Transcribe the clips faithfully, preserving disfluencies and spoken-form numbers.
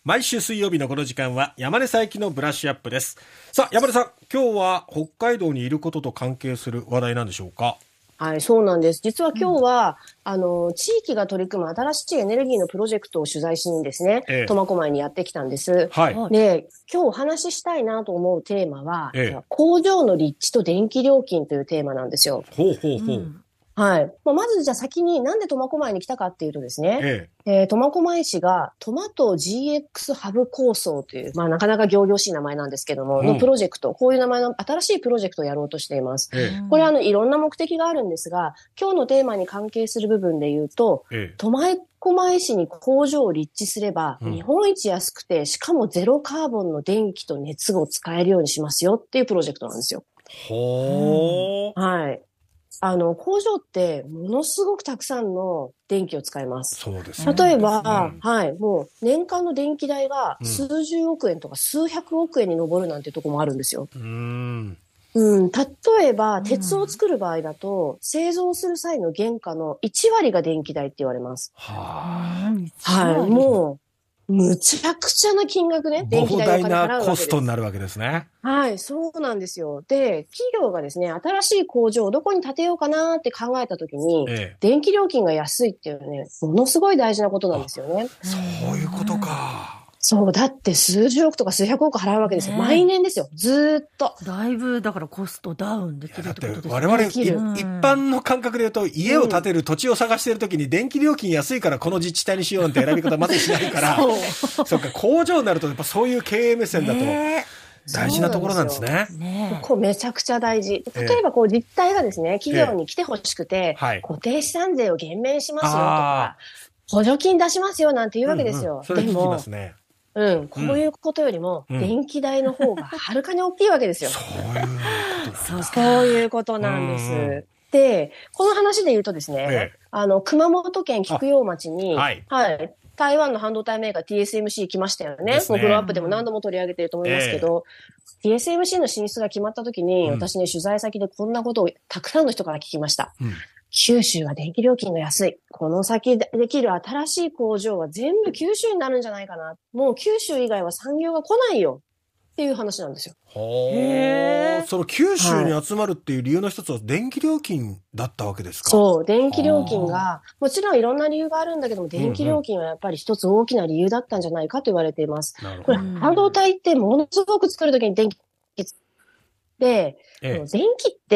毎週水曜日のこの時間は山根佐伯のブラッシュアップです。さあ山根さん、今日は北海道にいることと関係する話題なんでしょうか？ はい、そうなんです。実は今日は、うん、あの、地域が取り組む新しいエネルギーのプロジェクトを取材しにですね、ええ、苫小牧にやってきたんです。はい。で、今日お話ししたいなと思うテーマは、ええ、工場の立地と電気料金というテーマなんですよ。 ほうほうほう。うんはい。まあ、まずじゃあ先になんで苫小牧に来たかっていうとですね、えええー、苫小牧市がトマト ジーエックス ハブ構想という、まあなかなか仰々しい名前なんですけども、うん、のプロジェクト、こういう名前の新しいプロジェクトをやろうとしています。ええ、これあのいろんな目的があるんですが、今日のテーマに関係する部分で言うと、苫小牧市に工場を立地すれば、うん、日本一安くて、しかもゼロカーボンの電気と熱を使えるようにしますよっていうプロジェクトなんですよ。 ほー。 はい。あの、工場ってものすごくたくさんの電気を使います。 そうですね。 例えば、うん、はい、もう年間の電気代が数十億円とか数百億円に上るなんてとこもあるんですよ。 うん。 うん、例えば、鉄を作る場合だと、うん、製造する際の原価のいちわりが電気代って言われます。 はあ、はい、もう、むちゃくちゃな金額ね、電気代をお金払うわけです。 膨大なコストになるわけですね。 はい、そうなんですよ。で、企業がですね、新しい工場をどこに建てようかなって考えたときに、ええ、電気料金が安いっていうね、ものすごい大事なことなんですよね。 そういうことか。 そう、だって数十億とか数百億払うわけですよ。ね、毎年ですよ。ずーっと。 だいぶ、だからコストダウンできるってことですね。 我々、一般の感覚で言うと、家を建てる土地を探しているときに、電気料金安いからこの自治体にしようなんて選び方まずしないから、そう。そっか、工場になると、やっぱそういう経営目線だと、大事なところなんですね。 ね、ここめちゃくちゃ大事。例えばこう実態がですね、企業に来てほしくて、えーはい、固定資産税を減免しますよとか、補助金出しますよなんて言うわけですよ。 うんうん、それ聞きますね。 うん、こういうことよりも、電気代の方がはるかに大きいわけですよ。 そういうことなんですか。そういうことなんです。で、この話で言うとですね、ええ、あの、熊本県菊陽町に、はい、はい、台湾の半導体メーカー ティーエスエムシー 来ましたよね。もうグローアップでも何度も取り上げてると思いますけど、ええ、ティーエスエムシー の進出が決まった時に、うん、私ね、取材先でこんなことをたくさんの人から聞きました。うん、九州は電気料金が安い。この先できる新しい工場は全部九州になるんじゃないかな。もう九州以外は産業が来ないよ。っていう話なんですよ。 へー。その九州に集まるっていう理由の一つは電気料金だったわけですか？ そう、電気料金が、もちろんいろんな理由があるんだけども、電気料金はやっぱり一つ大きな理由だったんじゃないかと言われています。うんうん、これ、半導体ってものすごく作るときに電気で、ええ、電気って、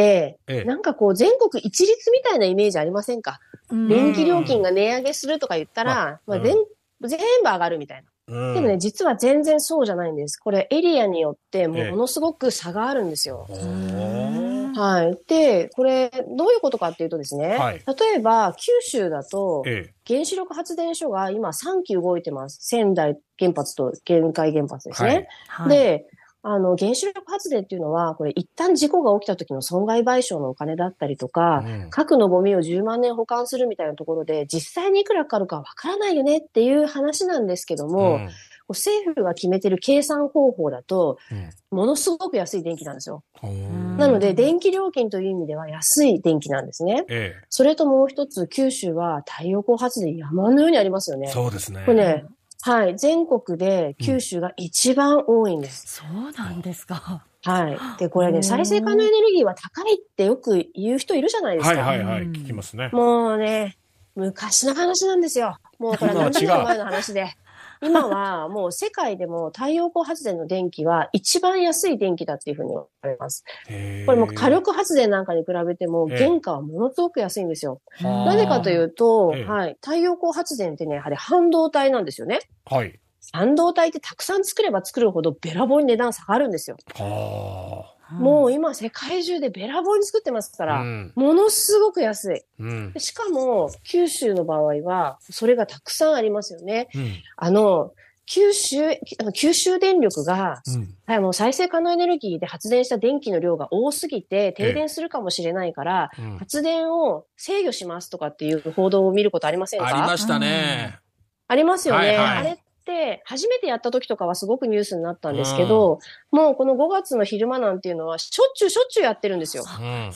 なんかこう全国一律みたいなイメージありませんか？電気料金が値上げするとか言ったら、まあ、全、全部上がるみたいな。うん、でもね、実は全然そうじゃないんです。これエリアによってものすごく差があるんですよ。ええ、はい。で、これどういうことかっていうとですね、はい、例えば九州だと原子力発電所が今さんき動いてます。仙台原発と玄海原発ですね。はいはい、で、あの、原子力発電っていうのは、これ一旦事故が起きた時の損害賠償のお金だったりとか、うん、核のゴミをじゅうまんねん保管するみたいなところで、実際にいくらかかるかわからないよねっていう話なんですけども、うん、政府が決めてる計算方法だと、うん、ものすごく安い電気なんですよ。なので、電気料金という意味では安い電気なんですね。ええ、それともう一つ、九州は太陽光発電山のようにありますよね。 そうですね。 これね、はい。全国で九州が一番多いんです。 うん、そうなんですか。 はい。で、これね、再生可能エネルギーは高いってよく言う人いるじゃないですか。 はいはいはい。聞きますね。 もうね、昔の話なんですよ。もうこれ何十年前の話で。今はもう世界でも太陽光発電の電気は一番安い電気だっていうふうに言われます。これも火力発電なんかに比べても原価はものすごく安いんですよ。なぜかというと、はい、太陽光発電ってね、やはり半導体なんですよね。 はい。 半導体ってたくさん作れば作るほどべらぼうに値段下がるんですよ。 はあ。 もう今世界中でべらぼうに作ってますから、うん、ものすごく安い、うん。しかも九州の場合はそれがたくさんありますよね。うん、あの、九州、あの九州電力が、うん、はい、もう再生可能エネルギーで発電した電気の量が多すぎて停電するかもしれないから、ええ、発電を制御しますとかっていう報道を見ることありませんか？ ありましたね。 ありますよね。はいはい、あれで、初めてやった時とかはすごくニュースになったんですけど、うん、もうこのごがつの昼間なんていうのはしょっちゅうしょっちゅうやってるんですよ。うん、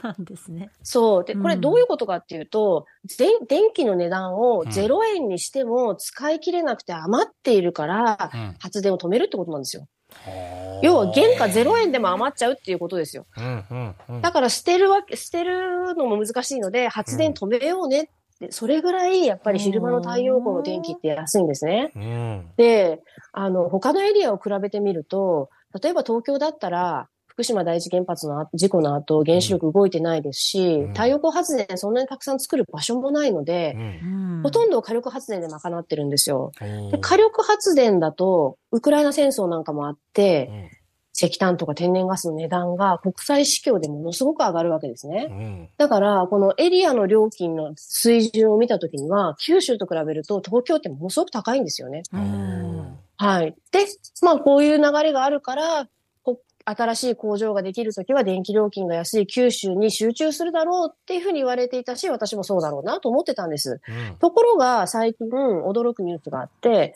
なんですね。 そう。で、これどういうことかっていうと、うん、電気の値段をゼロえんにしても使い切れなくて余っているから、発電を止めるってことなんですよ。うん、要は原価ゼロえんでも余っちゃうっていうことですよ。うんうんうん、だから捨てるわけ、捨てるのも難しいので、発電止めようねって、それぐらいやっぱり昼間の太陽光の電気って安いんですね。うん、で、あの、他のエリアを比べてみると、例えば東京だったら、福島第一原発の事故の後、原子力動いてないですし、うん、太陽光発電そんなにたくさん作る場所もないので、うん、ほとんど火力発電で賄ってるんですよ。で、火力発電だと、ウクライナ戦争なんかもあって、うん、石炭とか天然ガスの値段が国際市況でものすごく上がるわけですね。うん、だから、このエリアの料金の水準を見たときには、九州と比べると東京ってものすごく高いんですよね。うん、はい。で、まあこういう流れがあるから、新しい工場ができるときは電気料金が安い九州に集中するだろうっていうふうに言われていたし、私もそうだろうなと思ってたんです。うん、ところが最近驚くニュースがあって、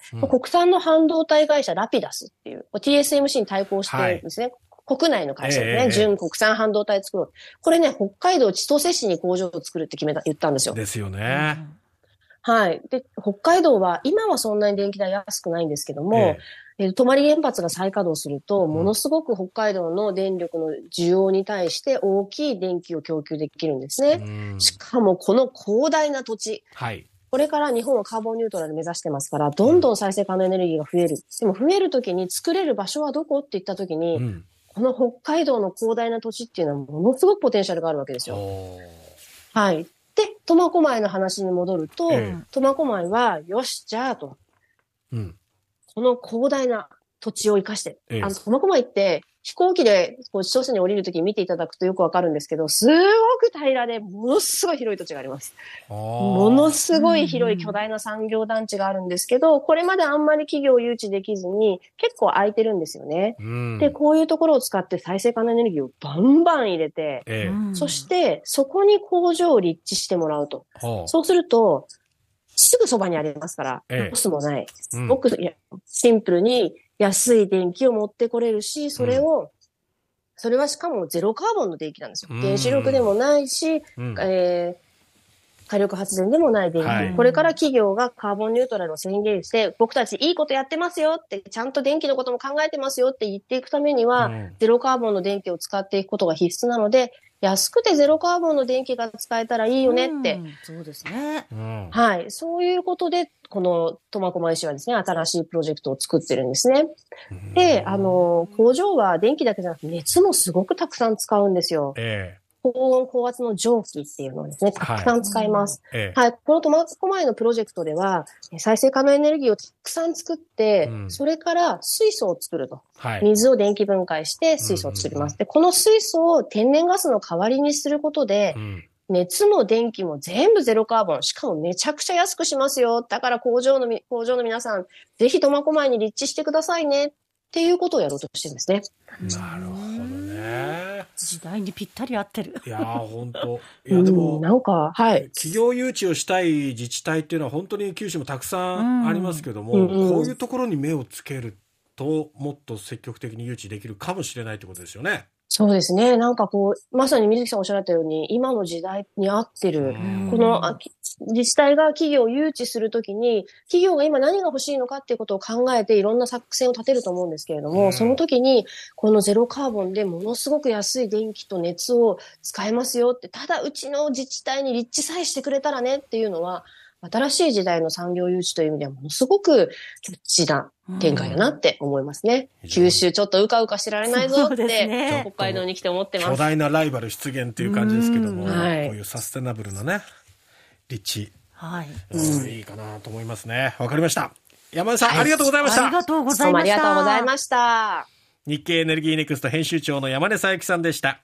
うん、国産の半導体会社ラピダスっていう、ティーエスエムシー に対抗してるんですね。はい、国内の会社ですね。えー、純国産半導体作ろう。これね、北海道千歳市に工場を作るって決めた、言ったんですよ。 ですよね。 うん、はい。で、北海道は今はそんなに電気代安くないんですけども、えーえ、泊原発が再稼働すると、ものすごく北海道の電力の需要に対して大きい電気を供給できるんですね。しかもこの広大な土地。はい。これから日本はカーボンニュートラル目指してますから、どんどん再生可能エネルギーが増える。でも増えるときに作れる場所はどこって言ったときに、うん、この北海道の広大な土地っていうのはものすごくポテンシャルがあるわけですよ。はい。で、苫小牧の話に戻ると、苫小牧は、よし、じゃあと。うんこの広大な土地を生かして、ええ、あの、苫小牧って飛行機でこう千歳に降りるときに見ていただくとよくわかるんですけど、すごく平らでものすごい広い土地があります。ものすごい広い巨大な産業団地があるんですけど、これまであんまり企業を誘致できずに結構空いてるんですよね。うん、で、こういうところを使って再生可能エネルギーをバンバン入れて、ええ、そしてそこに工場を立地してもらうと。そうすると、すぐそばにありますから、ええ、コストもない。すごくシンプルに安い電気を持ってこれるし、それを、うん、それはしかもゼロカーボンの電気なんですよ。原子力でもないし、うん、えー、火力発電でもない電気、はい。これから企業がカーボンニュートラルを宣言して、僕たちいいことやってますよって、ちゃんと電気のことも考えてますよって言っていくためには、うん、ゼロカーボンの電気を使っていくことが必須なので、安くてゼロカーボンの電気が使えたらいいよねって。 うん、そうですね。 はい。そういうことで、この苫小牧市はですね、新しいプロジェクトを作ってるんですね。で、あの、工場は電気だけじゃなくて熱もすごくたくさん使うんですよ。ええ高温高圧の蒸気っていうのをですね、たくさん使います。はい。ええはい、この苫小牧のプロジェクトでは、再生可能エネルギーをたくさん作って、うん、それから水素を作ると。はい、水を電気分解して水素を作ります。で、この水素を天然ガスの代わりにすることで、うん、熱も電気も全部ゼロカーボン。しかもめちゃくちゃ安くしますよ。だから工場のみ、工場の皆さん、ぜひ苫小牧に立地してくださいね。っていうことをやろうとしてるんですね。 なるほどね。 時代にぴったり合ってる。 いやー、本当。いや、でも、 なんか、はい。 企業誘致をしたい自治体っていうのは本当に九州もたくさんありますけども、うんうん、こういうところに目をつけると、もっと積極的に誘致できるかもしれないってことですよね。 そうですね。なんかこう、まさに水木さんおっしゃられたように、今の時代に合ってる、この自治体が企業を誘致するときに、企業が今何が欲しいのかっていうことを考えていろんな作戦を立てると思うんですけれども、その時に、このゼロカーボンでものすごく安い電気と熱を使えますよって、ただうちの自治体に立地さえしてくれたらねっていうのは、新しい時代の産業誘致という意味ではものすごくキャッチーな展開だなって思いますね。うん、九州ちょっとうかうかしてられないぞって、ね、北海道に来て思ってます。 巨大なライバル出現っていう感じですけども、はい、こういうサステナブルなね、立地、はい、うん、いいかなと思いますね。わかりました。山根さん、はい、ありがとうございました。 ありがとうございました。 どうもありがとうございました。 日経エネルギーネクスト編集長の山根佐伯さんでした。